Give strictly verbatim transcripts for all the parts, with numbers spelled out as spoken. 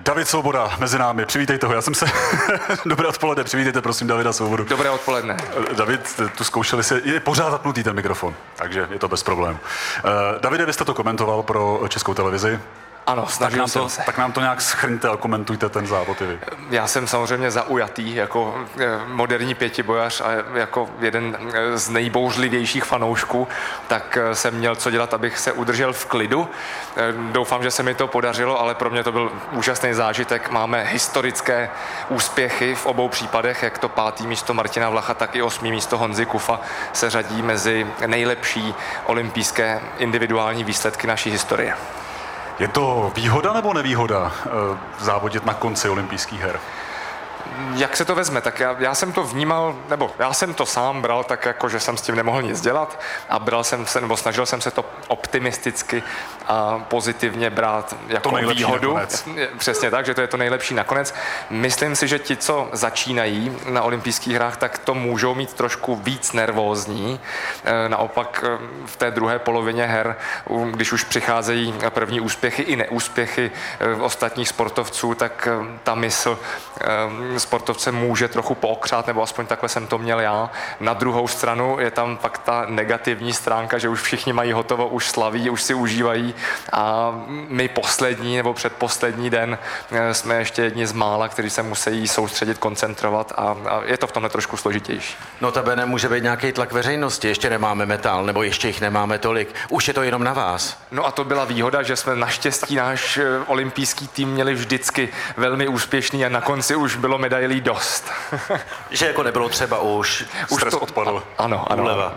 David Svoboda mezi námi, přivítejte ho, já jsem se... Dobré odpoledne, přivítejte prosím Davida Svobodu. Dobré odpoledne. David, tu zkoušeli se, je pořád zapnutý ten mikrofon, takže je to bez problémů. Davide, vy jste to komentoval pro Českou televizi. Ano, snažil jsem se. Tak nám to nějak shrňte a komentujte ten závod i vy. Já jsem samozřejmě zaujatý jako moderní pětibojař a jako jeden z nejbouřlivějších fanoušků, tak jsem měl co dělat, abych se udržel v klidu. Doufám, že se mi to podařilo, ale pro mě to byl úžasný zážitek. Máme historické úspěchy v obou případech, jak to pátý místo Martina Vlacha, tak i osmý místo Honzy Kufa se řadí mezi nejlepší olympijské individuální výsledky naší historie. Je to výhoda nebo nevýhoda závodit na konci olympijských her? Jak se to vezme, tak já, já jsem to vnímal, nebo já jsem to sám bral tak, jako, že jsem s tím nemohl nic dělat a bral jsem se, nebo snažil jsem se to optimisticky a pozitivně brát jako výhodu. Nakonec. Přesně tak, že to je to nejlepší nakonec. Myslím si, že ti, co začínají na olympijských hrách, tak to můžou mít trošku víc nervózní. Naopak v té druhé polovině her, když už přicházejí první úspěchy i neúspěchy ostatních sportovců, tak ta mysl sportovce může trochu pookřát, nebo aspoň takhle jsem to měl já. Na druhou stranu je tam pak ta negativní stránka, že už všichni mají hotovo, už slaví, už si užívají a my poslední nebo předposlední den jsme ještě jedni z mála, kteří se musí soustředit, koncentrovat a, a je to v tomhle trošku složitější. No tebe nemůže být nějaký tlak veřejnosti, ještě nemáme metal, nebo ještě jich nemáme tolik, už je to jenom na vás. No a to byla výhoda, že jsme naštěstí náš olympijský tým měli vždycky velmi úspěšný a na konci už bylo medailí dost. Že jako nebylo třeba už. Už stres to odpadl. Ano, ano. Uleva.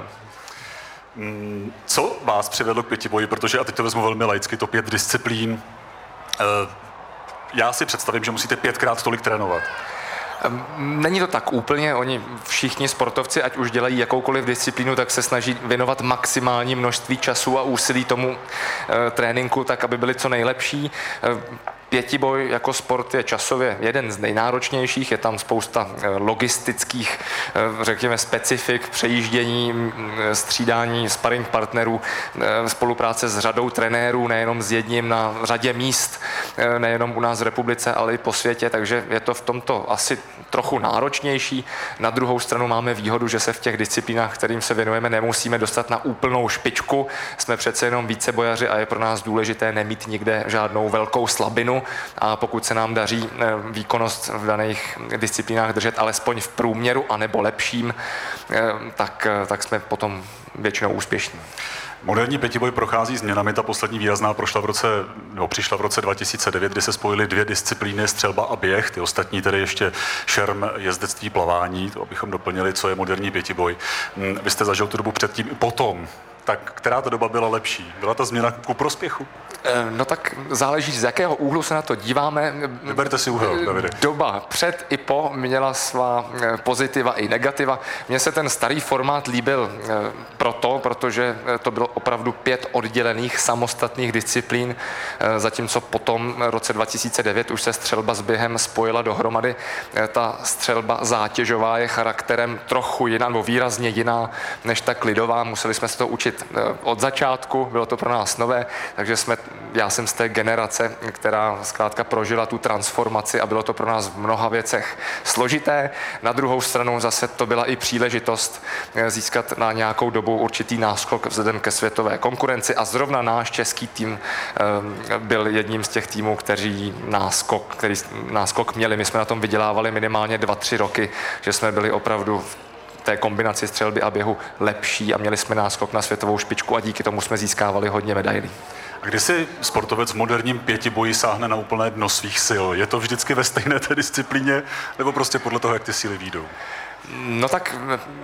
Co vás přivedlo k pětiboji? Protože, a teď to vezmu velmi laicky, to pět disciplín. Já si představím, že musíte pětkrát tolik trénovat. Není to tak úplně, oni všichni sportovci, ať už dělají jakoukoliv disciplínu, tak se snaží věnovat maximální množství času a úsilí tomu e, tréninku, tak aby byli co nejlepší. E, Pětiboj jako sport je časově jeden z nejnáročnějších, je tam spousta logistických, řekněme, specifik, přejíždění, střídání sparring partnerů, spolupráce s řadou trenérů, nejenom s jedním na řadě míst, nejenom u nás v republice, ale i po světě, takže je to v tomto asi trochu náročnější. Na druhou stranu máme výhodu, že se v těch disciplínách, kterým se věnujeme, nemusíme dostat na úplnou špičku. Jsme přece jenom vícebojaři a je pro nás důležité nemít nikde žádnou velkou slabinu. A pokud se nám daří výkonnost v daných disciplínách držet alespoň v průměru anebo lepším, tak, tak jsme potom většinou úspěšní. Moderní pětiboj prochází změnami, ta poslední výrazná prošla v roce, no, přišla v roce dva tisíce devět, kdy se spojily dvě disciplíny, střelba a běh, ty ostatní tedy ještě šerm, jezdectví, plavání, to abychom doplnili, co je moderní pětiboj. Vy jste zažil tu dobu předtím i potom. Tak která ta doba byla lepší? Byla ta změna ku prospěchu? No tak záleží, z jakého úhlu se na to díváme. Vyberte si úhel, Davide. Doba před i po měla svá pozitiva i negativa. Mně se ten starý formát líbil proto, protože to bylo opravdu pět oddělených samostatných disciplín, zatímco potom v roce dva tisíce devět už se střelba s během spojila dohromady. Ta střelba zátěžová je charakterem trochu jiná, nebo výrazně jiná než ta klidová. Museli jsme se to učit od začátku, bylo to pro nás nové, takže jsme, já jsem z té generace, která zkrátka prožila tu transformaci a bylo to pro nás v mnoha věcech složité. Na druhou stranu zase to byla i příležitost získat na nějakou dobu určitý náskok vzhledem ke světové konkurenci a zrovna náš český tým byl jedním z těch týmů, kteří náskok, který náskok měli. My jsme na tom vydělávali minimálně dva, tři roky, že jsme byli opravdu v té kombinaci střelby a běhu lepší a měli jsme náskok na světovou špičku a díky tomu jsme získávali hodně medailí. A kdy si sportovec v moderním pětiboji sáhne na úplné dno svých sil? Je to vždycky ve stejné té disciplíně nebo prostě podle toho, jak ty síly výjdou? No tak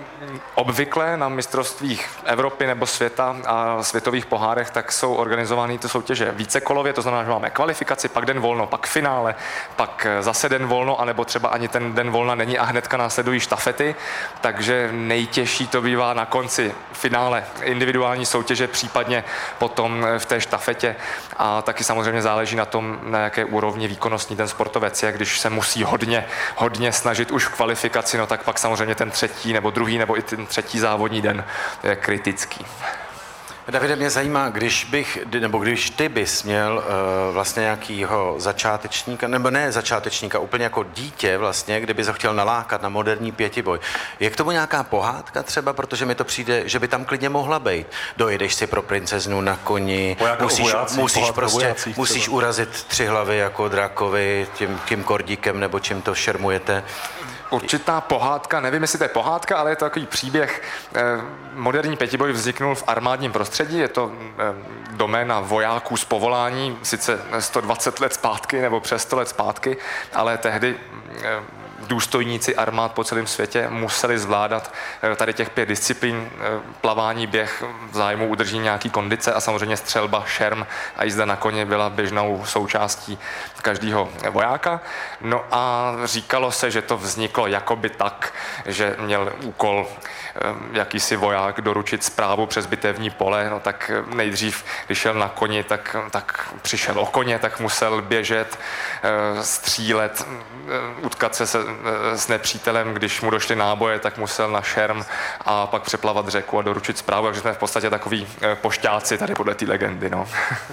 obvykle na mistrovstvích Evropy nebo světa a světových pohárech tak jsou organizovány ty soutěže vícekolově, to znamená, že máme kvalifikaci, pak den volno, pak finále, pak zase den volno, anebo třeba ani ten den volna není a hnedka následují štafety, takže nejtěžší to bývá na konci finále individuální soutěže, případně potom v té štafetě a taky samozřejmě záleží na tom, na jaké úrovni výkonnostní ten sportovec je, když se musí hodně, hodně snažit už v kvalifikaci, no tak pak samozřejmě ten třetí nebo druhý nebo i ten třetí závodní den je kritický. Davide, mě zajímá, když bych, nebo když ty bys měl uh, vlastně nějakýho začátečníka, nebo ne začátečníka, úplně jako dítě vlastně, kdyby ho chtěl nalákat na moderní pětiboj. Je k tomu nějaká pohádka třeba, protože mi to přijde, že by tam klidně mohla být. Dojedeš si pro princeznu na koni, Vojáka musíš, vojácích, musíš prostě, vojácích, musíš urazit tři hlavy jako drakovi, tím, tím kordíkem, nebo čím to šermujete. Určitá pohádka, nevím, jestli to je pohádka, ale je to takový příběh. Moderní pětiboj vzniknul v armádním prostředí, je to doména vojáků z povolání, sice sto dvacet let zpátky nebo přes sto let zpátky, ale tehdy důstojníci armád po celém světě museli zvládat tady těch pět disciplín, plavání, běh, v zájmu udrží nějaký kondice a samozřejmě střelba, šerm a jízda na koni byla běžnou součástí každého vojáka. No a říkalo se, že to vzniklo jakoby tak, že měl úkol jakýsi voják doručit zprávu přes bitevní pole, no tak nejdřív, když šel na koni, tak, tak přišel o koně, tak musel běžet, střílet, utkat se, se s nepřítelem, když mu došly náboje, tak musel na šerm a pak přeplavat řeku a doručit zprávu, takže jsme v podstatě takový pošťáci tady podle té legendy, no.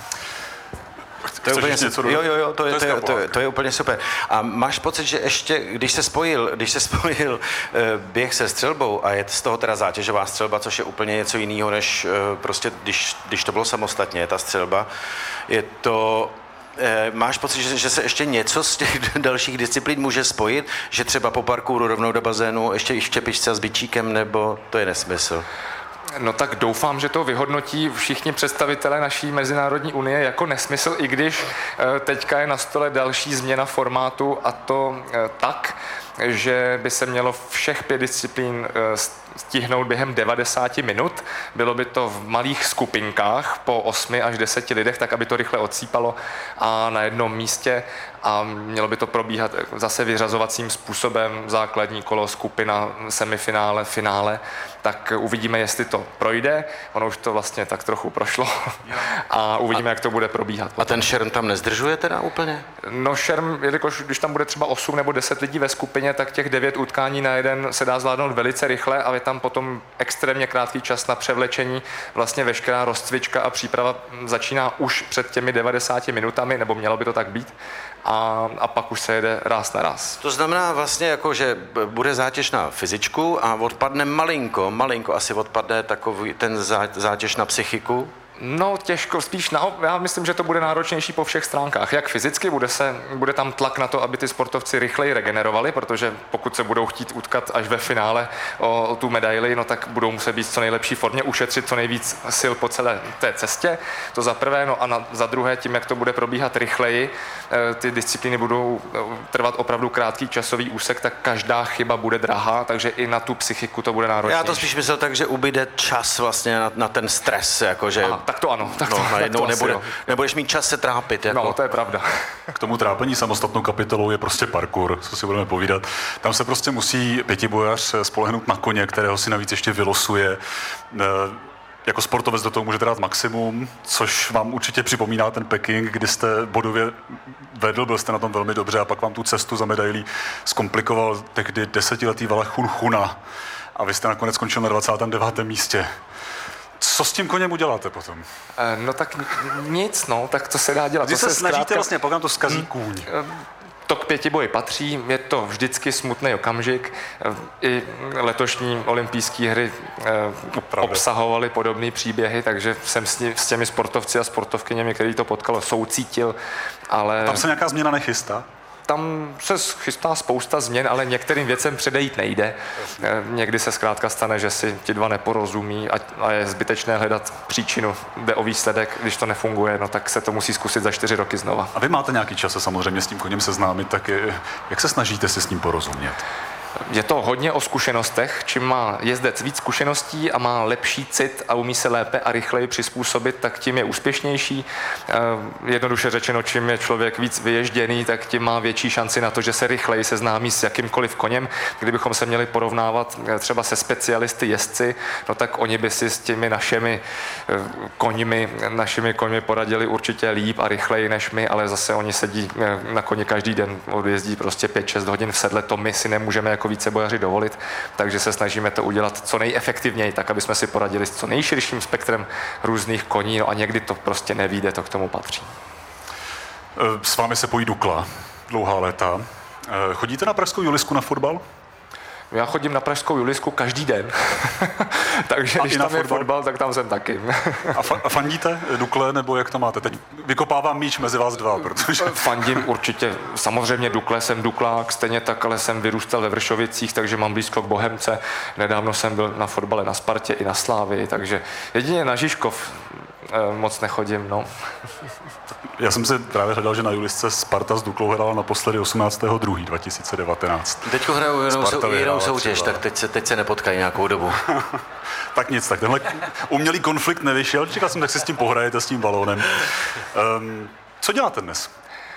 To je úplně super. Jo, jo, jo, to je, to, je, to, je, to je úplně super. A máš pocit, že ještě, když se spojil, když se spojil uh, běh se střelbou a je z toho teda zátěžová střelba, což je úplně něco jiného, než uh, prostě, když, když to bylo samostatně, ta střelba, je to... Máš pocit, že, že se ještě něco z těch dalších disciplín může spojit? Že třeba po parkouru rovnou do bazénu ještě i v čepičce s bičíkem, nebo to je nesmysl? No tak doufám, že to vyhodnotí všichni představitelé naší Mezinárodní unie jako nesmysl, i když teďka je na stole další změna formátu a to tak, že by se mělo všech pět disciplín stihnout během devadesáti minut. Bylo by to v malých skupinkách po osmi až deseti lidech, tak aby to rychle odsýpalo a na jednom místě a mělo by to probíhat zase vyřazovacím způsobem, základní kolo, skupina, semifinále, finále, tak uvidíme, jestli to projde. Ono už to vlastně tak trochu prošlo a uvidíme, a, jak to bude probíhat. A ten šerm tam nezdržuje teda úplně? No šerm, jelikož když tam bude třeba osm nebo deset lidí ve skupině, tak těch devět utkání na jeden se dá zvládnout velice rychle a je tam potom extrémně krátký čas na převlečení. Vlastně veškerá rozcvička a příprava začíná už před těmi devadesáti minutami, nebo mělo by to tak být. A, a pak už se jede ráz na ráz. To znamená vlastně jako, že bude zátěž na fyzičku a odpadne malinko, malinko asi odpadne takový ten zátěž na psychiku. No těžko, spíš na, já myslím, že to bude náročnější po všech stránkách. Jak fyzicky, bude, se, bude tam tlak na to, aby ty sportovci rychleji regenerovali, protože pokud se budou chtít utkat až ve finále o, o tu medaili, no tak budou muset být v co nejlepší formě, ušetřit co nejvíc sil po celé té cestě. To za prvé, no a na, za druhé, tím, jak to bude probíhat rychleji, ty disciplíny budou trvat opravdu krátký časový úsek, tak každá chyba bude drahá, takže i na tu psychiku to bude náročnější. Já to spíš myslel tak, že ubyde čas vlastně na, na ten stres, jakože... Aha, tak to ano. Tak no, to, najednou tak to nebude, asi, nebudeš mít čas se trápit. Jako. No, to je pravda. K tomu trápení samostatnou kapitolou je prostě parkour, co si budeme povídat. Tam se prostě musí pětibojař spolehnout na koně, kterého si navíc ještě vylosuje. Jako sportovec do toho můžete dát maximum, což vám určitě připomíná ten Peking, kdy jste bodově vedl, byl jste na tom velmi dobře a pak vám tu cestu za medailí zkomplikoval tehdy desetiletý Valach Chun Chuna a vy jste nakonec skončil na dvacátém devátém místě. Co s tím koněm uděláte potom? No tak nic, no, tak to se dá dělat. Vy se, se snažíte zkrátka... vlastně, pokud to zkazí kůň. To k pětiboji patří, je to vždycky smutný okamžik. I letošní olympijské hry obsahovaly podobné příběhy, takže jsem s, ní, s těmi sportovci a sportovkyněmi, který to potkalo, soucítil, ale... Tam se nějaká změna nechystá? Tam se chystá spousta změn, ale některým věcem předejít nejde. Někdy se zkrátka stane, že si ti dva neporozumí a, a je zbytečné hledat příčinu. Jde o výsledek, když to nefunguje, no tak se to musí zkusit za čtyři roky znova. A vy máte nějaký čas se samozřejmě s tím koněm seznámit, tak je, jak se snažíte si s ním porozumět? Je to hodně o zkušenostech. Čím má jezdec víc zkušeností a má lepší cit a umí se lépe a rychleji přizpůsobit, tak tím je úspěšnější. Jednoduše řečeno, čím je člověk víc vyježděný, tak tím má větší šanci na to, že se rychleji seznámí s jakýmkoliv koněm. Kdybychom se měli porovnávat třeba se specialisty jezdci, no tak oni by si s těmi našimi koňmi, našimi koňmi poradili určitě líp a rychleji než my, ale zase oni sedí na koni každý den, odjezdí prostě pět šest hodin v sedle, to my si nemůžeme jako jako vícebojaři dovolit, takže se snažíme to udělat co nejefektivněji, tak aby jsme si poradili s co nejširším spektrem různých koní, no a někdy to prostě nevyjde, to k tomu patří. S vámi se pojí Dukla dlouhá léta. Chodíte na pražskou Julisku na fotbal? Já chodím na pražskou Julisku každý den, takže a když tam je fotbal, tak tam jsem taky. A, fa- a fandíte Dukle, nebo jak to máte? Teď vykopávám míč mezi vás dva, protože... Fandím určitě, samozřejmě Dukle, jsem Duklák, stejně tak, ale jsem vyrůstal ve Vršovicích, takže mám blízko k Bohemce. Nedávno jsem byl na fotbale na Spartě i na Slávii, takže jedině na Žižkov moc nechodím, no. Já jsem si právě hledal, že na Julisce Sparta s Duklou hrála naposledy osmnáctého druhého dva tisíce devatenáct. Teďko hrajou jenom, sou, jenom soutěž, tak teď se, teď se nepotkají nějakou dobu. Tak nic, tak tenhle umělý konflikt nevyšel. Čekal jsem, tak si s tím pohrajete, s tím balónem. Um, co děláte dnes?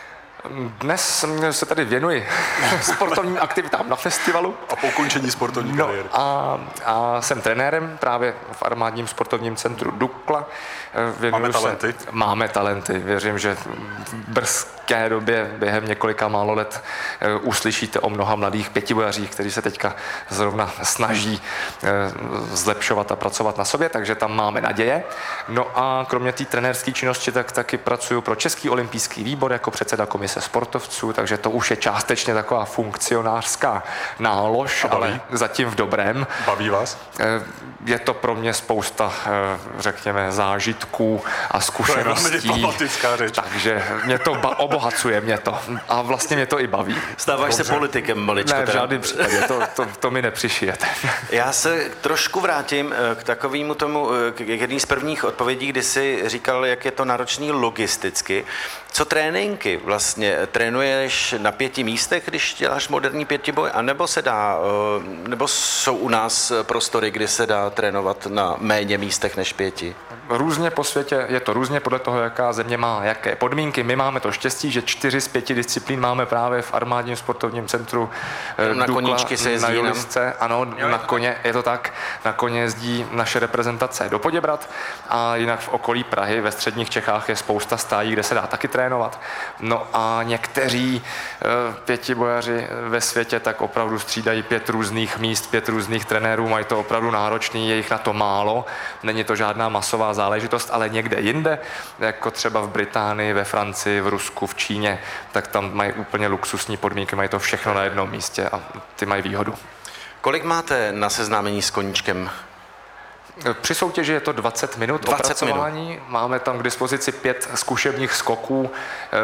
Dnes se tady věnuji sportovním aktivitám na festivalu. A po ukončení sportovní no, kariéry. A, a jsem trenérem právě v armádním sportovním centru Dukla. Věnuju máme talenty? Se, máme talenty. Věřím, že v brzké době během několika málo let uslyšíte o mnoha mladých pětibojařích, kteří se teďka zrovna snaží zlepšovat a pracovat na sobě, takže tam máme naděje. No a kromě té trenérské činnosti tak taky pracuji pro Český olympijský výbor jako předseda komise sportovců, takže to už je částečně taková funkcionářská nálož, ale zatím v dobrém. Baví vás? Je to pro mě spousta, řekněme, zážitků a zkušeností. To je diplomatická řeč. Takže mě to ba- obohacuje mě to. A vlastně mě to i baví. Stáváš se politikem maličko. Ne, v žádném případě, to, to, to mi nepřišijete. Já se trošku vrátím k takovému tomu, k jedný z prvních odpovědí, kdy jsi říkal, jak je to náročný logisticky. Co tréninky vlastně? Trénuješ na pěti místech, když děláš moderní pětiboj, anebo se dá, nebo jsou u nás prostory, kdy se dá trénovat na méně místech než pěti? Různě po světě, je to různě podle toho, jaká země má jaké podmínky. My máme to štěstí, že čtyři z pěti disciplín máme právě v armádním sportovním centru na Dukla, koníčky se jezdí, na Julisce. Ano, jo, na koně, je to tak, na koně jezdí naše reprezentace do Poděbrad a jinak v okolí Prahy, ve středních Čechách je spousta stájí, kde se dá taky trénovat. No a někteří pětibojaři ve světě tak opravdu střídají pět různých míst, pět různých trenérů, mají to opravdu náročný, je jich na to málo, není to žádná masová záležitost, ale někde jinde, jako třeba v Británii, ve Francii, v Rusku, v Číně, tak tam mají úplně luxusní podmínky, mají to všechno na jednom místě a ty mají výhodu. Kolik máte na seznámení s koníčkem? Při soutěži je to dvacet minut opracování, minut. Máme tam k dispozici pět zkušebních skoků,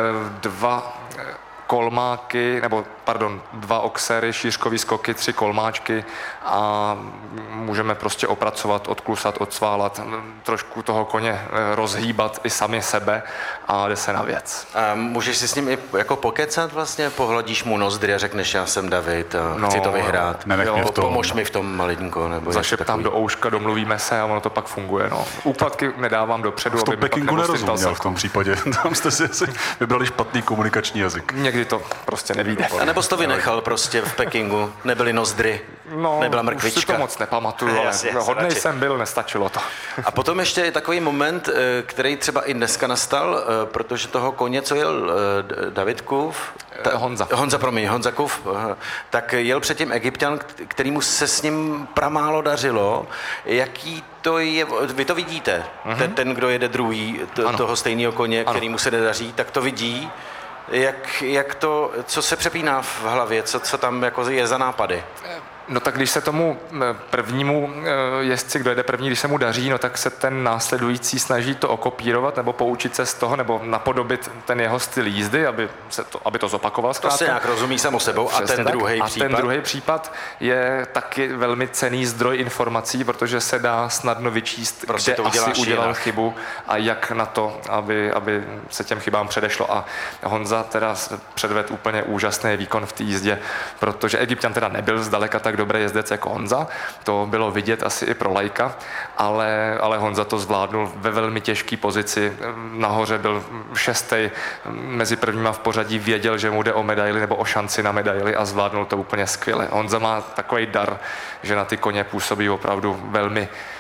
dva kolmáky, nebo pardon, dva oxery, šířkový skoky, tři kolmáčky a můžeme prostě opracovat, odklusat, odsválat, trošku toho koně rozhýbat i sami sebe a jde se na věc. A můžeš si s ním i jako pokecat vlastně? Pohladíš mu nozdry a řekneš, já jsem David a no, chci to vyhrát. Jo, v tom. Pomož mi v tom malinko. Nebo zašeptám do ouška, domluvíme se a ono to pak funguje. No. Úpadky nedávám dopředu. V tom Pekingu nerozuměl v tom případě. Tam jste si vybrali špatný komunikační jazyk. Někdy to prostě nevíde. A nebo jsi to vynechal prostě v Pekingu? Nebyly nozdry, no, nebyla mrkvička? Už si to moc nepamatuju, ale jasně, hodnej jsem byl, nestačilo to. A potom ještě je takový moment, který třeba i dneska nastal, protože toho koně, co jel Davidkův, ta, Honza. Honza, promiň, Honza Kův, tak jel předtím Egypťan, kterýmu se s ním pramálo dařilo. Jaký to je, vy to vidíte, mm-hmm. ten, ten, kdo jede druhý, to, toho stejného koně, ano. Kterýmu se nedaří, tak to vidí. Jak, jak to, co se přepíná v hlavě, co, co tam jako je za nápady? No tak když se tomu prvnímu jezdci, kdo jede první, když se mu daří, no tak se ten následující snaží to okopírovat nebo poučit se z toho, nebo napodobit ten jeho styl jízdy, aby, se to, aby to zopakoval zkrátka. To se nějak rozumí samo sebou. A ten druhý případ? A ten druhý případ je taky velmi cenný zdroj informací, protože se dá snadno vyčíst, prostě kde asi udělal jinak. chybu a jak na to, aby, aby se těm chybám předešlo. A Honza teda předvedl úplně úžasný výkon v té jízdě, protože Egypťan teda nebyl zdaleka tak dobrý jezdec jako Honza, to bylo vidět asi i pro laika, ale, ale Honza to zvládnul ve velmi těžké pozici, nahoře byl šestý, mezi prvníma v pořadí věděl, že mu jde o medaili nebo o šanci na medaili a zvládnul to úplně skvěle. Honza má takový dar, že na ty koně působí opravdu velmi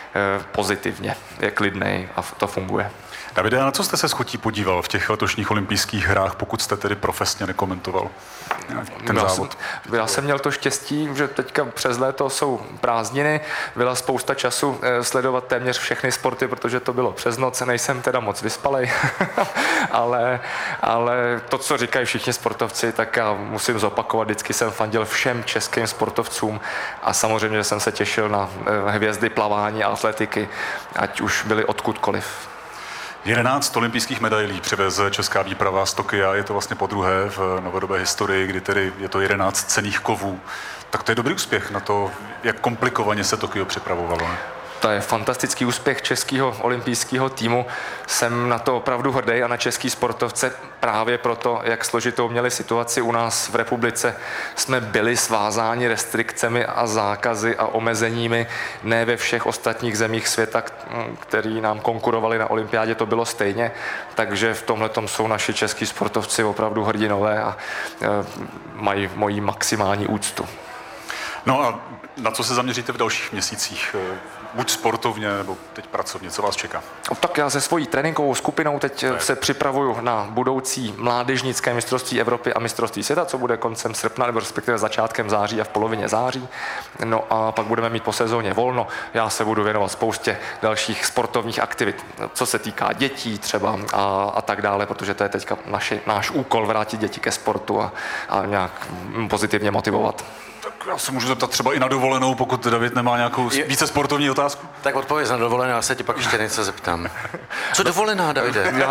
pozitivně, je klidnej a to funguje. Davide, na co jste se s chutí podíval v těch letošních olympijských hrách, pokud jste tedy profesně nekomentoval ten já závod? Jsem, já jsem měl to štěstí, že teďka přes léto jsou prázdniny, byla spousta času sledovat téměř všechny sporty, protože to bylo přes noc, nejsem teda moc vyspalej, ale, ale to, co říkají všichni sportovci, tak já musím zopakovat, vždycky jsem fandil všem českým sportovcům a samozřejmě jsem se těšil na hvězdy plavání a atletiky, ať už byly odkudkoliv. jedenáct olympijských medailí přiveze česká výprava z Tokia, je to vlastně podruhé v novodobé historii, kdy tedy je to jedenáct cenných kovů. Tak to je dobrý úspěch na to, jak komplikovaně se Tokio připravovalo. Ne? To je fantastický úspěch českého olympijského týmu. Jsem na to opravdu hrdý a na český sportovce právě proto, jak složitou měli situaci u nás v republice. Jsme byli svázáni restrikcemi a zákazy a omezeními. Ne ve všech ostatních zemích světa, který nám konkurovali na olympiádě, to bylo stejně. Takže v tomhletom jsou naši český sportovci opravdu hrdinové a mají moji maximální úctu. No a na co se zaměříte v dalších měsících? Buď sportovně, nebo teď pracovně, co vás čeká? Tak já se svojí tréninkovou skupinou teď se připravuju na budoucí mládežnické mistrovství Evropy a mistrovství světa, co bude koncem srpna, nebo respektive začátkem září a v polovině září. No a pak budeme mít po sezóně volno. Já se budu věnovat spoustě dalších sportovních aktivit, co se týká dětí třeba a, a tak dále, protože to je teďka naši, náš úkol vrátit děti ke sportu a, a nějak pozitivně motivovat. Já se můžu zeptat třeba i na dovolenou, pokud David nemá nějakou více sportovní otázku? Tak odpověď na dovolenou, já se ti pak ještě něco zeptám. Co dovolená, Davide? Já,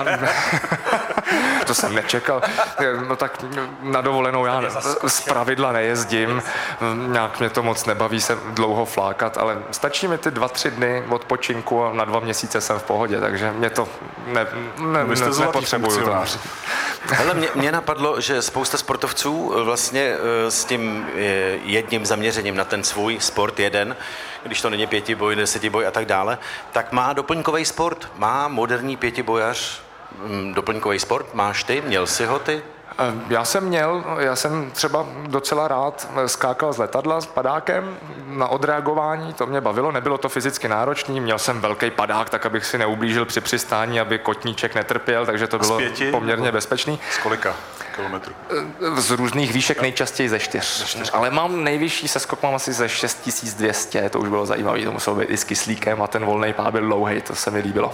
to jsem nečekal. No tak na dovolenou já z pravidla nejezdím. Nějak mě to moc nebaví se dlouho flákat, ale stačí mi ty dva, tři dny odpočinku a na dva měsíce jsem v pohodě, takže mě to ne, ne, no, ne, nepotřebuju. Hele, mě, mě napadlo, že spousta sportovců vlastně s tím jedním zaměřením na ten svůj sport jeden, když to není pětiboj, desetiboj a tak dále, tak má doplňkový sport, má moderní pětibojař doplňkový sport, máš ty, měl jsi ho ty? Já jsem měl, já jsem třeba docela rád skákal z letadla s padákem na odreagování, to mě bavilo, nebylo to fyzicky náročný, měl jsem velký padák, tak abych si neublížil při přistání, aby kotníček netrpěl, takže to bylo pěti, poměrně bezpečný. Z kolika kilometrů? Z různých výšek, nejčastěji ze čtyř. Ze čtyř. Ale mám nejvyšší seskok, mám asi ze šest tisíc dvě stě, to už bylo zajímavé, to muselo být i s kyslíkem a ten volný pád byl dlouhej, to se mi líbilo.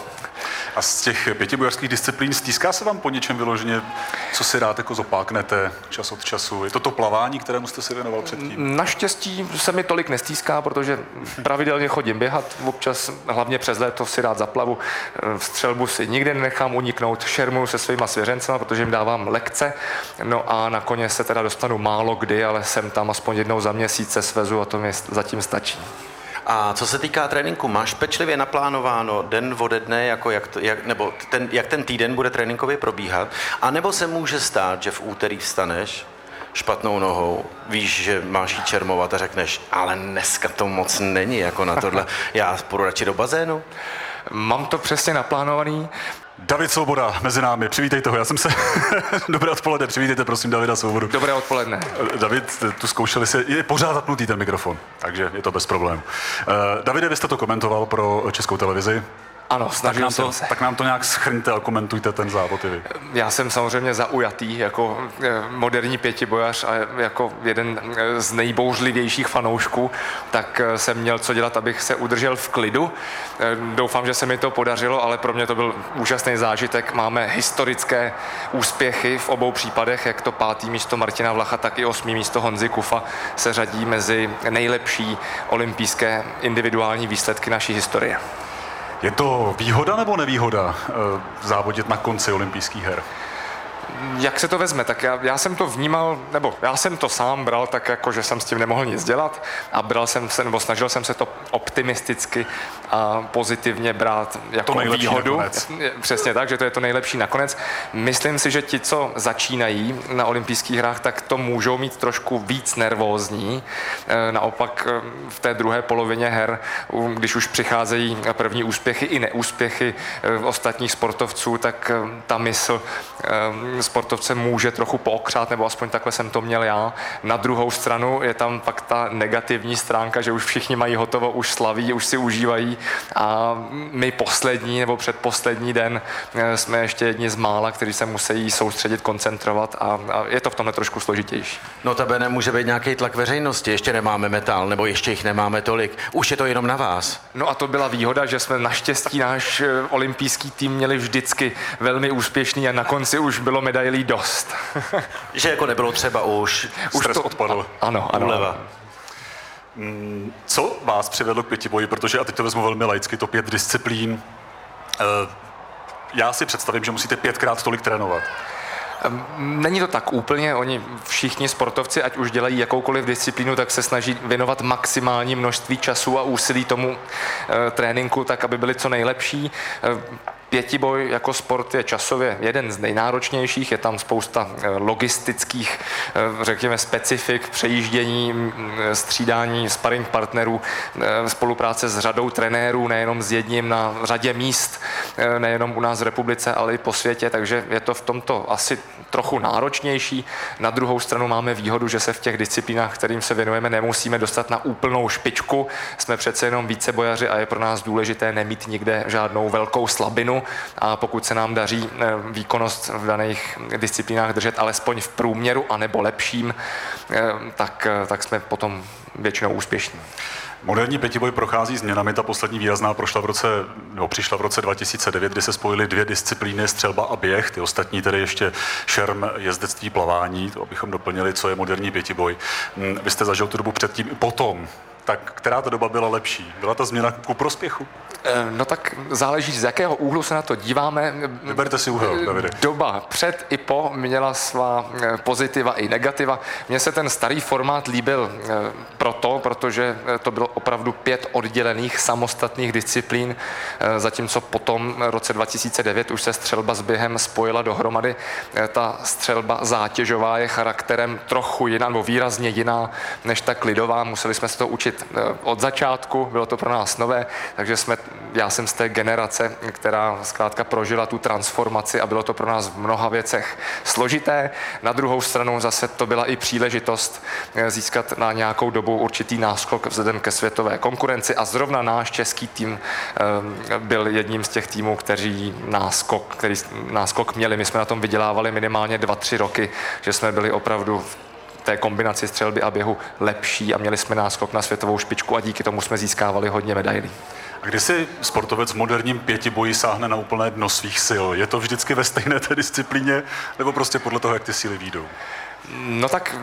A z těch pětibojařských disciplín stýská se vám po něčem vyloženě, co si rád jako zopáknete čas od času? Je to to plavání, kterému jste si věnoval předtím? Naštěstí se mi tolik nestýská, protože pravidelně chodím běhat, občas hlavně přes léto si rád zaplavu, střelbu si nikdy nenechám uniknout, šermuju se svýma svěřencema, protože jim dávám lekce, no a na koně se teda dostanu málo kdy, ale jsem tam aspoň jednou za měsíc se svezu a to mi zatím stačí. A co se týká tréninku, máš pečlivě naplánováno den ode dne, jako jak, to, jak, nebo ten, jak ten týden bude tréninkově probíhat? A nebo se může stát, že v úterý vstaneš špatnou nohou, víš, že máš jí čermovat a řekneš, ale dneska to moc není jako na tohle, já půjdu radši do bazénu? Mám to přesně naplánovaný. David Svoboda mezi námi, přivítejte ho, já jsem se... Dobré odpoledne, přivítejte prosím Davida Svobodu. Dobré odpoledne. David, tu zkoušeli si, je pořád zapnutý ten mikrofon, takže je to bez problémů. Uh, Davide, vy jste to komentoval pro Českou televizi. Ano, snažil tak jsem se. Tak nám to nějak schrňte a komentujte ten závod i vy. Já jsem samozřejmě zaujatý jako moderní pětibojař a jako jeden z nejbouřlivějších fanoušků, tak jsem měl co dělat, abych se udržel v klidu. Doufám, že se mi to podařilo, ale pro mě to byl úžasný zážitek. Máme historické úspěchy v obou případech, jak to pátý místo Martina Vlacha, tak i osmý místo Honzy Kufa se řadí mezi nejlepší olympijské individuální výsledky naší historie. Je to výhoda nebo nevýhoda závodit na konci olympijských her? Jak se to vezme, tak já, já jsem to vnímal, nebo já jsem to sám bral tak, jako že jsem s tím nemohl nic dělat a bral jsem se, nebo snažil jsem se to optimisticky a pozitivně brát jako to výhodu. Nakonec. Přesně tak, že to je to nejlepší nakonec. Myslím si, že ti, co začínají na olympijských hrách, tak to můžou mít trošku víc nervózní. Naopak v té druhé polovině her, když už přicházejí první úspěchy i neúspěchy ostatních sportovců, tak ta mysl sportovce může trochu pookřát, nebo aspoň takhle jsem to měl já. Na druhou stranu je tam pak ta negativní stránka, že už všichni mají hotovo, už slaví, už si užívají a my poslední nebo předposlední den jsme ještě jedni z mála, kteří se musí soustředit, koncentrovat a, a je to v tomhle trošku složitější. No tebe nemůže být nějaký tlak veřejnosti, ještě nemáme metal, nebo ještě jich nemáme tolik. Už je to jenom na vás. No a to byla výhoda, že jsme naštěstí náš olympijský tým měli vždycky velmi úspěšný a na konci už bylo medailí dost. Že jako nebylo třeba už. Už stres to odpadl. Ano, ano. Uleva. Co vás přivedlo k pětiboji? Protože, a teď to vezmu velmi laicky, to pět disciplín. Já si představím, že musíte pětkrát tolik trénovat. Není to tak úplně, oni všichni sportovci, ať už dělají jakoukoliv disciplínu, tak se snaží věnovat maximální množství času a úsilí tomu e, tréninku, tak aby byli co nejlepší. E, Pětiboj jako sport je časově jeden z nejnáročnějších, je tam spousta logistických, řekněme, specifik, přejíždění, střídání sparring partnerů, spolupráce s řadou trenérů, nejenom s jedním na řadě míst, nejenom u nás v republice, ale i po světě, takže je to v tomto asi trochu náročnější. Na druhou stranu máme výhodu, že se v těch disciplínách, kterým se věnujeme, nemusíme dostat na úplnou špičku. Jsme přece jenom vícebojaři a je pro nás důležité nemít nikde žádnou velkou slabinu. A pokud se nám daří výkonnost v daných disciplínách držet alespoň v průměru anebo lepším, tak, tak jsme potom většinou úspěšní. Moderní pětiboj prochází změnami. Ta poslední výrazná prošla v roce, no, přišla v roce dva tisíce devět, kdy se spojily dvě disciplíny, střelba a běh. Ty ostatní tedy ještě šerm, jezdectví, plavání. To abychom doplnili, co je moderní pětiboj. Vy jste zažil tu dobu předtím i potom. Tak která ta doba byla lepší? Byla ta změna ku prospěchu? No tak záleží, z jakého úhlu se na to díváme. Vyberte si úhel, Davide. Doba před i po měla svá pozitiva i negativa. Mně se ten starý formát líbil proto, protože to bylo opravdu pět oddělených samostatných disciplín, zatímco potom v roce dva tisíce devět už se střelba s během spojila dohromady. Ta střelba zátěžová je charakterem trochu jiná, nebo výrazně jiná než ta klidová. Museli jsme se to učit od začátku, bylo to pro nás nové, takže jsme já jsem z té generace, která zkrátka prožila tu transformaci a bylo to pro nás v mnoha věcech složité. Na druhou stranu zase to byla i příležitost získat na nějakou dobu určitý náskok vzhledem ke světové konkurenci a zrovna náš český tým byl jedním z těch týmů, kteří náskok, který náskok měli. My jsme na tom vydělávali minimálně dva, tři roky, že jsme byli opravdu v té kombinaci střelby a běhu lepší a měli jsme náskok na světovou špičku a díky tomu jsme získávali hodně medailí. A kdy si sportovec v moderním pětiboji sáhne na úplné dno svých sil? Je to vždycky ve stejné té disciplíně, nebo prostě podle toho, jak ty síly výjdou? No tak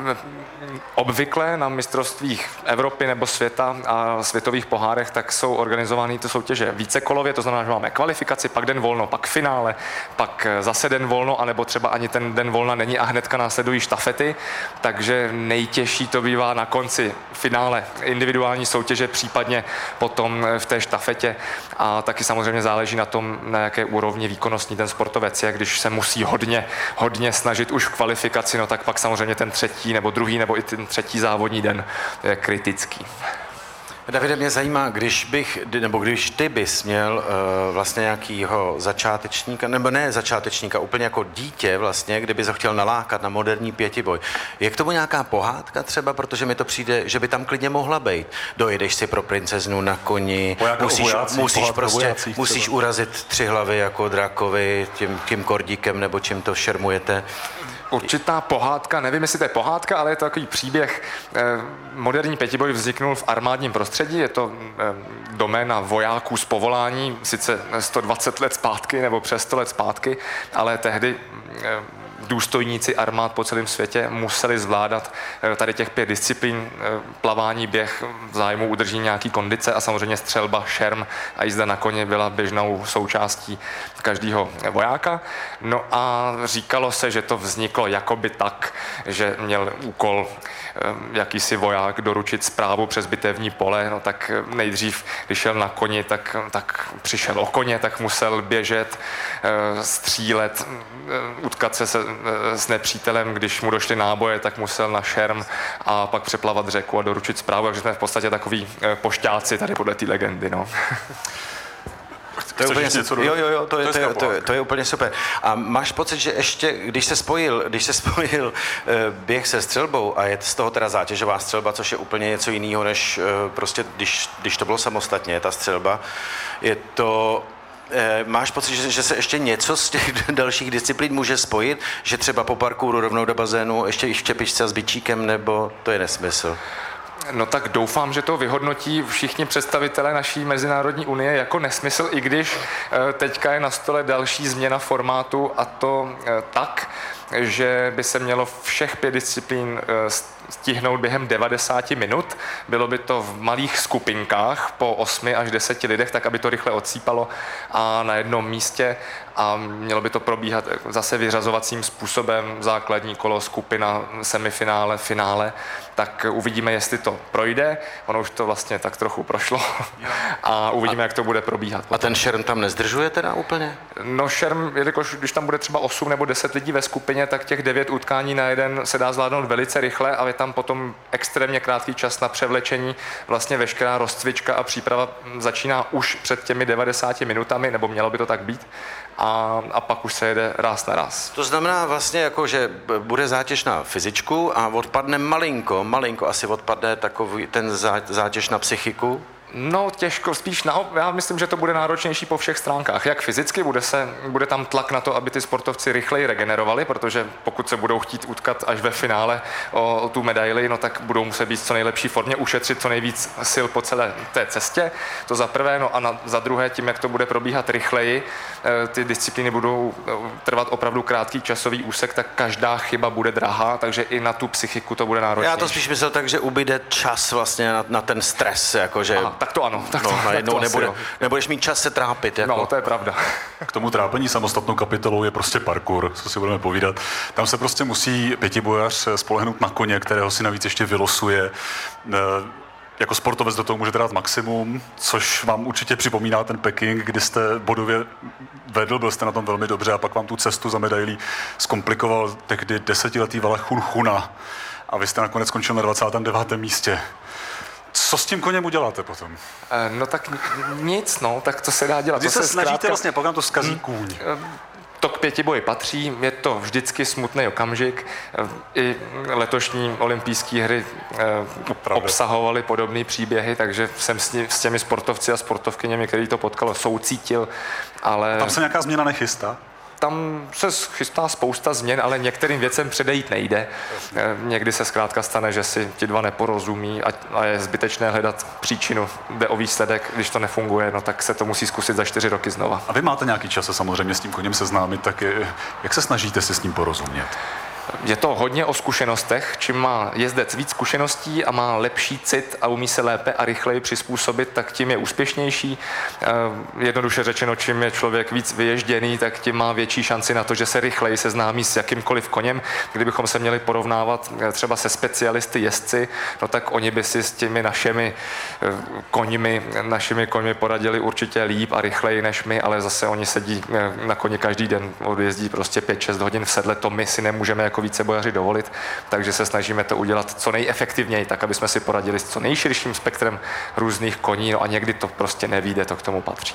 obvykle na mistrovstvích Evropy nebo světa a světových pohárech tak jsou organizovány ty soutěže vícekolově, to znamená, že máme kvalifikaci, pak den volno, pak finále, pak zase den volno, anebo třeba ani ten den volna není a hnedka následují štafety, takže nejtěžší to bývá na konci finále individuální soutěže, případně potom v té štafetě a taky samozřejmě záleží na tom, na jaké úrovni výkonnostní ten sportovec je, když se musí hodně, hodně snažit už v kvalifikaci, no tak pak samozřejmě ten třetí nebo druhý nebo i ten třetí závodní den je kritický. Davide, mě zajímá, když bych, nebo když ty bys měl uh, vlastně nějakýho začátečníka, nebo ne začátečníka, úplně jako dítě vlastně, kdyby ho chtěl nalákat na moderní pětiboj. Je k tomu nějaká pohádka třeba, protože mi to přijde, že by tam klidně mohla být. Dojedeš si pro princeznu na koni, musíš, vojácích, musíš prostě, vojácích, musíš urazit tři hlavy jako drakovi, tím, tím kordíkem, nebo čím to šermujete. Určitá pohádka, nevím, jestli to je pohádka, ale je to takový příběh. Moderní pětiboj vzniknul v armádním prostředí, je to doména vojáků z povolání, sice sto dvacet let zpátky nebo přes sto let zpátky, ale tehdy důstojníci armád po celém světě museli zvládat tady těch pět disciplín, plavání, běh, v zájmu udržení nějaký kondice a samozřejmě střelba, šerm a jízda na koni byla běžnou součástí každého vojáka. No a říkalo se, že to vzniklo jakoby tak, že měl úkol jakýsi voják doručit zprávu přes bitevní pole, no tak nejdřív, když šel na koni, tak, tak přišel o koně, tak musel běžet, střílet, utkat se, se s nepřítelem, když mu došly náboje, tak musel na šerm a pak přeplavat řeku a doručit zprávu, takže jsme v podstatě takový pošťáci tady podle té legendy, no. To je, úplně, něco jo, jo, jo, to, je, to, je, to, je, to je úplně super. A máš pocit, že ještě, když se spojil, když se spojil běh se střelbou a je z toho teda zátěžová střelba, což je úplně něco jiného, než prostě, když, když to bylo samostatně, ta střelba, je to... Máš pocit, že, že se ještě něco z těch dalších disciplín může spojit? Že třeba po parkouru rovnou do bazénu ještě i v čepičce s bičíkem, nebo to je nesmysl? No tak doufám, že to vyhodnotí všichni představitelé naší Mezinárodní unie jako nesmysl, i když teďka je na stole další změna formátu, a to tak, že by se mělo všech pět disciplín stihnout během devadesáti minut. Bylo by to v malých skupinkách po osmi až deseti lidech, tak aby to rychle odsýpalo a na jednom místě, a mělo by to probíhat zase vyřazovacím způsobem, základní kolo, skupina, semifinále, finále, tak uvidíme, jestli to projde. Ono už to vlastně tak trochu prošlo a uvidíme, a, jak to bude probíhat. A ten šerm tam nezdržuje teda úplně? No šerm, jelikož když tam bude třeba osm nebo deset lidí ve skupině, tak těch devět utkání na jeden se dá zvládnout velice rychle a je tam potom extrémně krátký čas na převlečení. Vlastně veškerá rozcvička a příprava začíná už před těmi devadesáti minutami, nebo mělo by to tak být. A, a pak už se jede ráz na ráz. To znamená vlastně jako, že bude zátěž na fyzičku a odpadne malinko, malinko asi odpadne takový ten zátěž na psychiku? No těžko, spíš na, já myslím, že to bude náročnější po všech stránkách. Jak fyzicky, bude, se, bude tam tlak na to, aby ty sportovci rychleji regenerovali, protože pokud se budou chtít utkat až ve finále o, o tu medaili, no tak budou muset být v co nejlepší formě, ušetřit co nejvíc sil po celé té cestě. To za prvé, no a na, za druhé, tím, jak to bude probíhat rychleji, ty disciplíny budou trvat opravdu krátký časový úsek, tak každá chyba bude drahá, takže i na tu psychiku to bude náročnější. Já to spíš myslel tak, že ubyde čas vlastně na, na ten stres, jakože... Aha, tak to ano. Tak no, to, najednou tak to nebude, jo. Nebudeš mít čas se trápit. Jako. No, to je pravda. K tomu trápení samostatnou kapitolou je prostě parkour, co si budeme povídat. Tam se prostě musí pětibojař spolehnout na koně, kterého si navíc ještě vylosuje. Jako sportovec do toho můžete dát maximum, což vám určitě připomíná ten Peking, kdy jste bodově vedl, byl jste na tom velmi dobře a pak vám tu cestu za medailí zkomplikoval tehdy desetiletý Vale Chun Chuna a vy jste nakonec skončil na dvacátém devátém místě. Co s tím koněm uděláte potom? No tak nic, no, tak to se dá dělat. Když to se, se snažíte zkrátka... vlastně, pokud to zkazí hmm. kůň. To k pětiboji patří, je to vždycky smutný okamžik. I letošní olympijské hry obsahovaly podobné příběhy, takže jsem s, ní, s těmi sportovci a sportovkyněmi, který to potkalo, soucítil, ale... Tam se nějaká změna nechystá? Tam se chystá spousta změn, ale některým věcem předejít nejde. Někdy se zkrátka stane, že si ti dva neporozumí a, a je zbytečné hledat příčinu. Jde o výsledek, když to nefunguje, no tak se to musí zkusit za čtyři roky znova. A vy máte nějaký čas se samozřejmě s tím koněm seznámit, tak je, jak se snažíte si s ním porozumět? Je to hodně o zkušenostech. Čím má jezdec víc zkušeností a má lepší cit a umí se lépe a rychleji přizpůsobit, tak tím je úspěšnější. Jednoduše řečeno, čím je člověk víc vyježděný, tak tím má větší šanci na to, že se rychleji seznámí s jakýmkoliv koněm. Kdybychom se měli porovnávat třeba se specialisty jezdci, no tak oni by si s těmi našimi koňmi, našimi koňmi poradili určitě líp a rychleji než my, ale zase oni sedí na koni každý den, odjezdí prostě pět šest hodin v sedle, to my si nemůžeme jako vícebojaři dovolit, takže se snažíme to udělat co nejefektivněji, tak aby jsme si poradili s co nejširším spektrem různých koní, no a někdy to prostě nevyjde, to k tomu patří.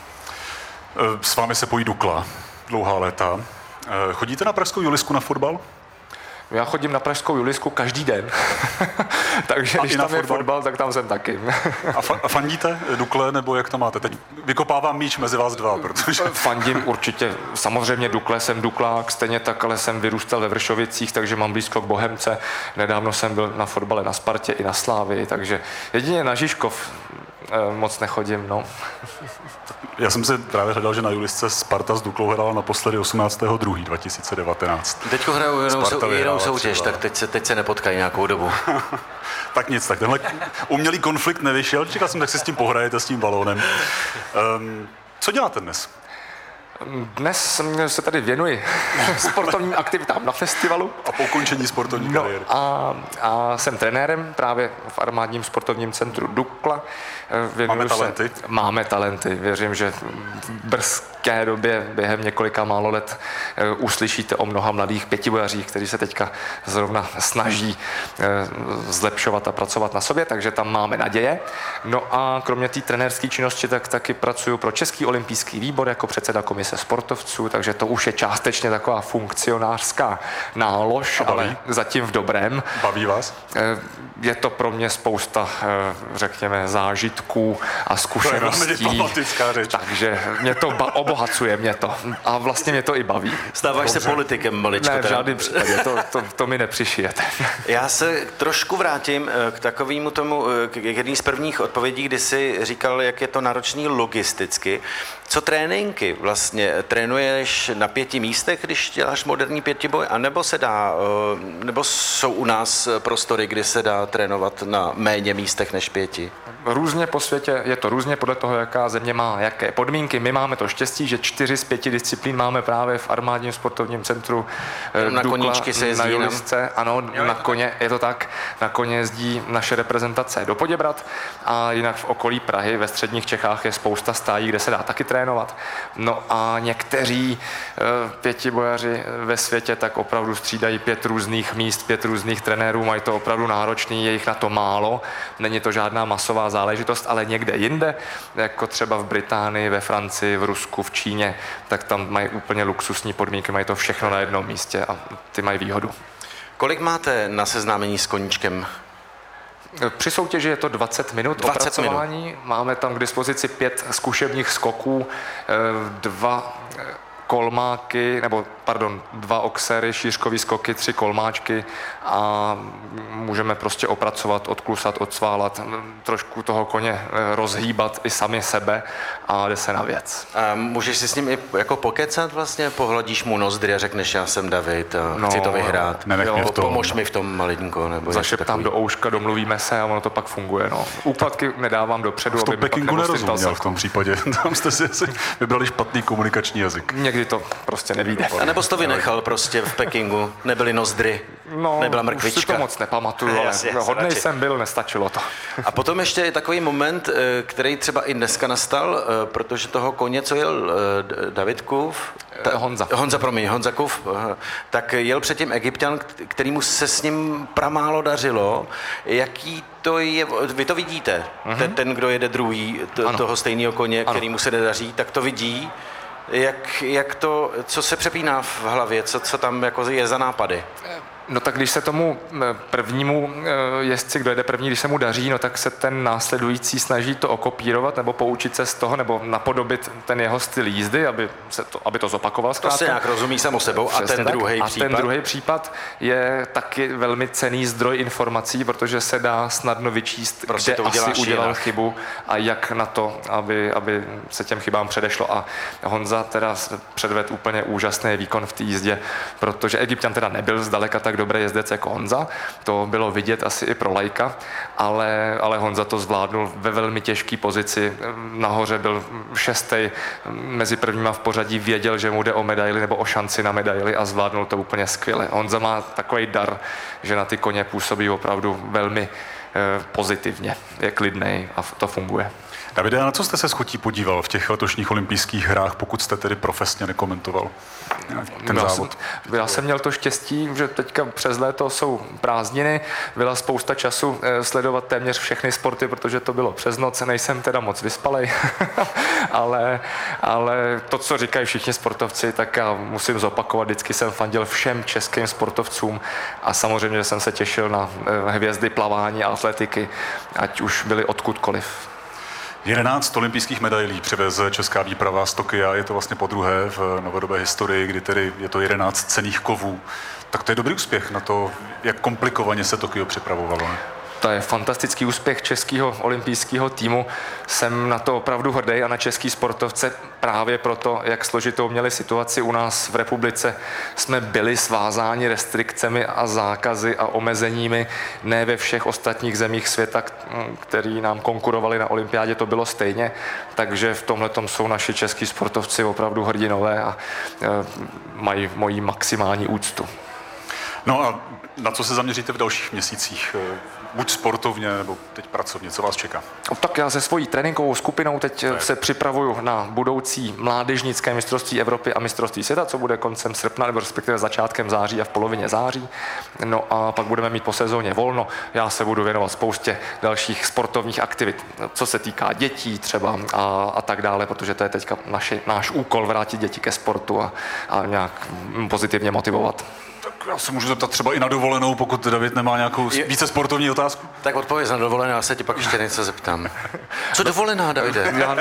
S vámi se pojí Dukla dlouhá léta. Chodíte na pražskou Julisku na fotbal? Já chodím na pražskou Julisku každý den, takže a když tam fotbal? je fotbal, tak tam jsem taky. A, fa- a fandíte Dukle, nebo jak to máte? Teď vykopávám míč mezi vás dva, protože... Fandím určitě, samozřejmě Dukle, jsem Duklák, stejně tak, ale jsem vyrůstal ve Vršovicích, takže mám blízko k Bohemce. Nedávno jsem byl na fotbale na Spartě i na Slávii, takže jedině na Žižkov moc nechodím, no. Já jsem si právě hledal, že na Julisce Sparta s Duklou hrála naposledy osmnáctého druhého dva tisíce devatenáct. Teďko hrajou jenom, sou, jenom soutěž, tak teď se, teď se nepotkají nějakou dobu. Tak nic, tak tenhle umělý konflikt nevyšel. Čekal jsem, tak si s tím pohrajete, s tím balónem. Um, co děláte dnes? Dnes se tady věnuji sportovním aktivitám na festivalu. A po ukončení sportovní no, kariéry. A, a jsem trenérem právě v armádním sportovním centru Dukla. Věnuju máme talenty? Se, máme talenty. Věřím, že v brzké době během několika málo let uslyšíte o mnoha mladých pětibojařích, kteří se teďka zrovna snaží zlepšovat a pracovat na sobě, takže tam máme naděje. No a kromě té trenérské činnosti tak taky pracuji pro Český olympijský výbor jako předseda komise sportovců, takže to už je částečně taková funkcionářská nálož, ale zatím v dobrém. Baví vás? Je to pro mě spousta, řekněme, zážitků a zkušeností. To je řeč. Takže mě to ba- obohacuje, mě to. A vlastně mě to i baví. Stáváš se politikem maličko. Ne, v žádném případě, to, to, to mi nepřišijete. Já se trošku vrátím k takovému tomu, k jedný z prvních odpovědí, kdy jsi říkal, jak je to náročný logisticky. Co tréninky? Vlastně trénuješ na pěti místech, když děláš moderní pětiboj, anebo se dá, nebo jsou u nás prostory, kdy se dá trénovat na méně místech než pěti? Různě po světě, je to různě podle toho, jaká země má jaké podmínky. My máme to štěstí, že čtyři z pěti disciplín máme právě v armádním sportovním centru na Dukla, koníčky se jezdí na Julisce. Ano, jo, na koně, je to tak. Na koně jezdí naše reprezentace do Poděbrad a jinak v okolí Prahy, ve středních Čechách je spousta stájí, kde se dá taky trénovat. No a někteří pětibojaři ve světě tak opravdu střídají pět různých míst, pět různých trenérů, mají to opravdu náročný, je jich na to málo, není to žádná masová záležitost, ale někde jinde, jako třeba v Británii, ve Francii, v Rusku, v Číně, tak tam mají úplně luxusní podmínky, mají to všechno na jednom místě a ty mají výhodu. Kolik máte na seznámení s koníčkem? Při soutěži je to dvacet minut opracování. Minut. Máme tam k dispozici pět zkušebních skoků, dva kolmáky, nebo pardon, dva oxery, šířkový skoky, tři kolmáčky a můžeme prostě opracovat, odklusat, odsválat, trošku toho koně rozhýbat i sami sebe a jde se na věc. A můžeš si s ním i jako pokecat vlastně? Pohladíš mu nozdry a řekneš, já jsem David a no, chci to vyhrát. Nenech mě v tom. Pomož mi v tom malinko. Nebo zašeptám do ouška, domluvíme se a ono to pak funguje. No. Úpadky nedávám dopředu. V tom Pekingu nerozuměl v tom případě. Tam jste si vybrali špatný komunikační jazyk. Někdy to prostě nevíde. A nebo jsi to vynechal prostě v Pekingu, nebyly nozdry, no, nebyla mrkvička. Už si to moc nepamatuju, ale hodnej jsem byl, nestačilo to. A potom ještě je takový moment, který třeba i dneska nastal, protože toho koně, co jel Davidkův, ta, Honza. Honza, promiň, Honzakův, tak jel předtím Egypťan, kterýmu se s ním pramálo dařilo. Jaký to je, vy to vidíte, mm-hmm. ten, ten, kdo jede druhý, to, toho stejného koně, kterýmu se nedaří, tak to vidí. Jak, jak to, co se přepíná v hlavě, co, co tam jako je za nápady? No tak když se tomu prvnímu jezdci, kdo jede první, když se mu daří, no tak se ten následující snaží to okopírovat nebo poučit se z toho, nebo napodobit ten jeho styl jízdy, aby, se to, aby to zopakoval zkrátka. To se nějak rozumí samo sebou. A ten druhý a případ? ten druhý případ je taky velmi cenný zdroj informací, protože se dá snadno vyčíst, prostě kde asi udělal jinak. chybu a jak na to, aby, aby se těm chybám předešlo. A Honza teda předvedl úplně úžasný výkon v té jízdě, protože Egypťan teda nebyl zdaleka tak dobrý jezdec jako Honza, to bylo vidět asi i pro laika, ale, ale Honza to zvládnul ve velmi těžké pozici, nahoře byl šestý, mezi prvníma v pořadí věděl, že mu jde o medaili nebo o šanci na medaili a zvládnul to úplně skvěle. Honza má takový dar, že na ty koně působí opravdu velmi eh, pozitivně, je klidnej a to funguje. Davide, na co jste se s chutí podíval v těch letošních olympijských hrách, pokud jste tedy profesně nekomentoval ten já závod? Jsem, já jsem měl to štěstí, že teďka přes léto jsou prázdniny, byla spousta času sledovat téměř všechny sporty, protože to bylo přes noc, nejsem teda moc vyspalej, ale, ale to, co říkají všichni sportovci, tak já musím zopakovat, vždycky jsem fandil všem českým sportovcům a samozřejmě jsem se těšil na hvězdy plavání a atletiky, ať už byly odkudkoliv. jedenáct olympijských medailí přiveze česká výprava z Tokia, je to vlastně podruhé v novodobé historii, kdy tedy je to jedenáct cenných kovů. Tak to je dobrý úspěch na to, jak komplikovaně se Tokio připravovalo. Ne? To je fantastický úspěch českého olympijského týmu. Jsem na to opravdu hrdý a na český sportovce právě proto, jak složitou měli situaci u nás v republice. Jsme byli svázáni restrikcemi a zákazy a omezeními. Ne ve všech ostatních zemích světa, který nám konkurovali na olympiádě, to bylo stejně. Takže v tomhletom jsou naši český sportovci opravdu hrdinové a mají moji maximální úctu. No a na co se zaměříte v dalších měsících? Buď sportovně, nebo teď pracovně, co vás čeká? Tak já se svojí tréninkovou skupinou teď se připravuju na budoucí mládežnické mistrovství Evropy a mistrovství světa, co bude koncem srpna, nebo respektive začátkem září a v polovině září. No a pak budeme mít po sezóně volno. Já se budu věnovat spoustě dalších sportovních aktivit, co se týká dětí třeba a, a tak dále, protože to je teďka naši, náš úkol vrátit děti ke sportu a, a nějak pozitivně motivovat. Já se můžu zeptat třeba i na dovolenou, pokud David nemá nějakou více sportovní otázku? Tak odpověď na dovolenou, já se ti pak ještě něco zeptám. Co dovolená, Davide? Já,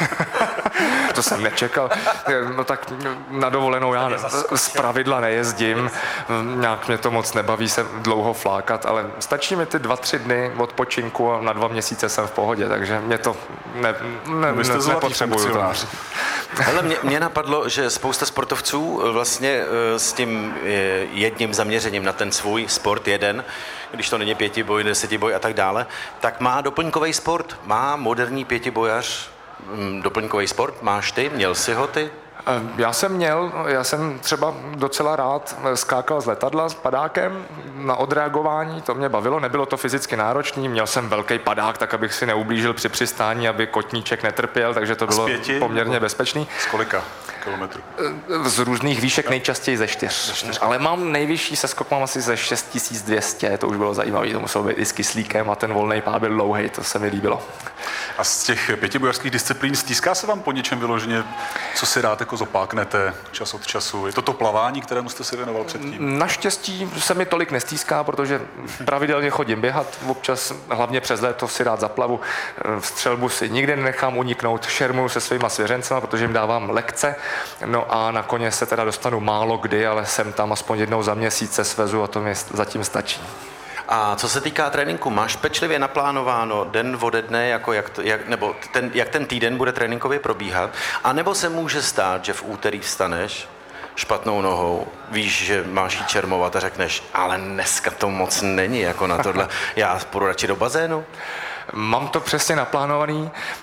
to jsem nečekal. No tak na dovolenou já z pravidla nejezdím. Nějak mě to moc nebaví se dlouho flákat, ale stačí mi ty dva, tři dny odpočinku a na dva měsíce jsem v pohodě, takže mě to ne, ne, ne, nepotřebuju. Hele, mě, mě napadlo, že spousta sportovců vlastně s tím jedním zaměřením na ten svůj sport jeden, když to není pětiboj, desetiboj a tak dále, tak má doplňkový sport, má moderní pětibojař doplňkový sport, máš ty, měl jsi ho ty? Já jsem měl, já jsem třeba docela rád skákal z letadla s padákem na odreagování, to mě bavilo, nebylo to fyzicky náročný, měl jsem velký padák, tak abych si neublížil při přistání, aby kotníček netrpěl, takže to bylo poměrně bezpečný. Z kolika kilometrů? Z různých výšek, nejčastěji ze čtyř. Ale mám nejvyšší seskok, mám asi ze šest tisíc dvě stě, to už bylo zajímavé, to muselo být i s kyslíkem a ten volný pád byl dlouhej, to se mi líbilo. A z těch pětibojařských disciplín stýská se vám po něčem vyloženě, co si rád jako zopáknete čas od času? Je to to plavání, kterému jste si věnoval předtím? Naštěstí se mi tolik nestýská, protože pravidelně chodím běhat, občas hlavně přes léto si rád zaplavu, střelbu si nikdy nenechám uniknout, šermuju se svýma svěřencema, protože jim dávám lekce, no a na koně se teda dostanu málo kdy, ale jsem tam aspoň jednou za měsíc se svezu a to mi zatím stačí. A co se týká tréninku, máš pečlivě naplánováno den ode dne, jako jak, to, jak, nebo ten, jak ten týden bude tréninkově probíhat? A nebo se může stát, že v úterý vstaneš špatnou nohou, víš, že máš jí čermovat a řekneš, ale dneska to moc není jako na tohle, já půjdu radši do bazénu? Mám to přesně naplánovaný.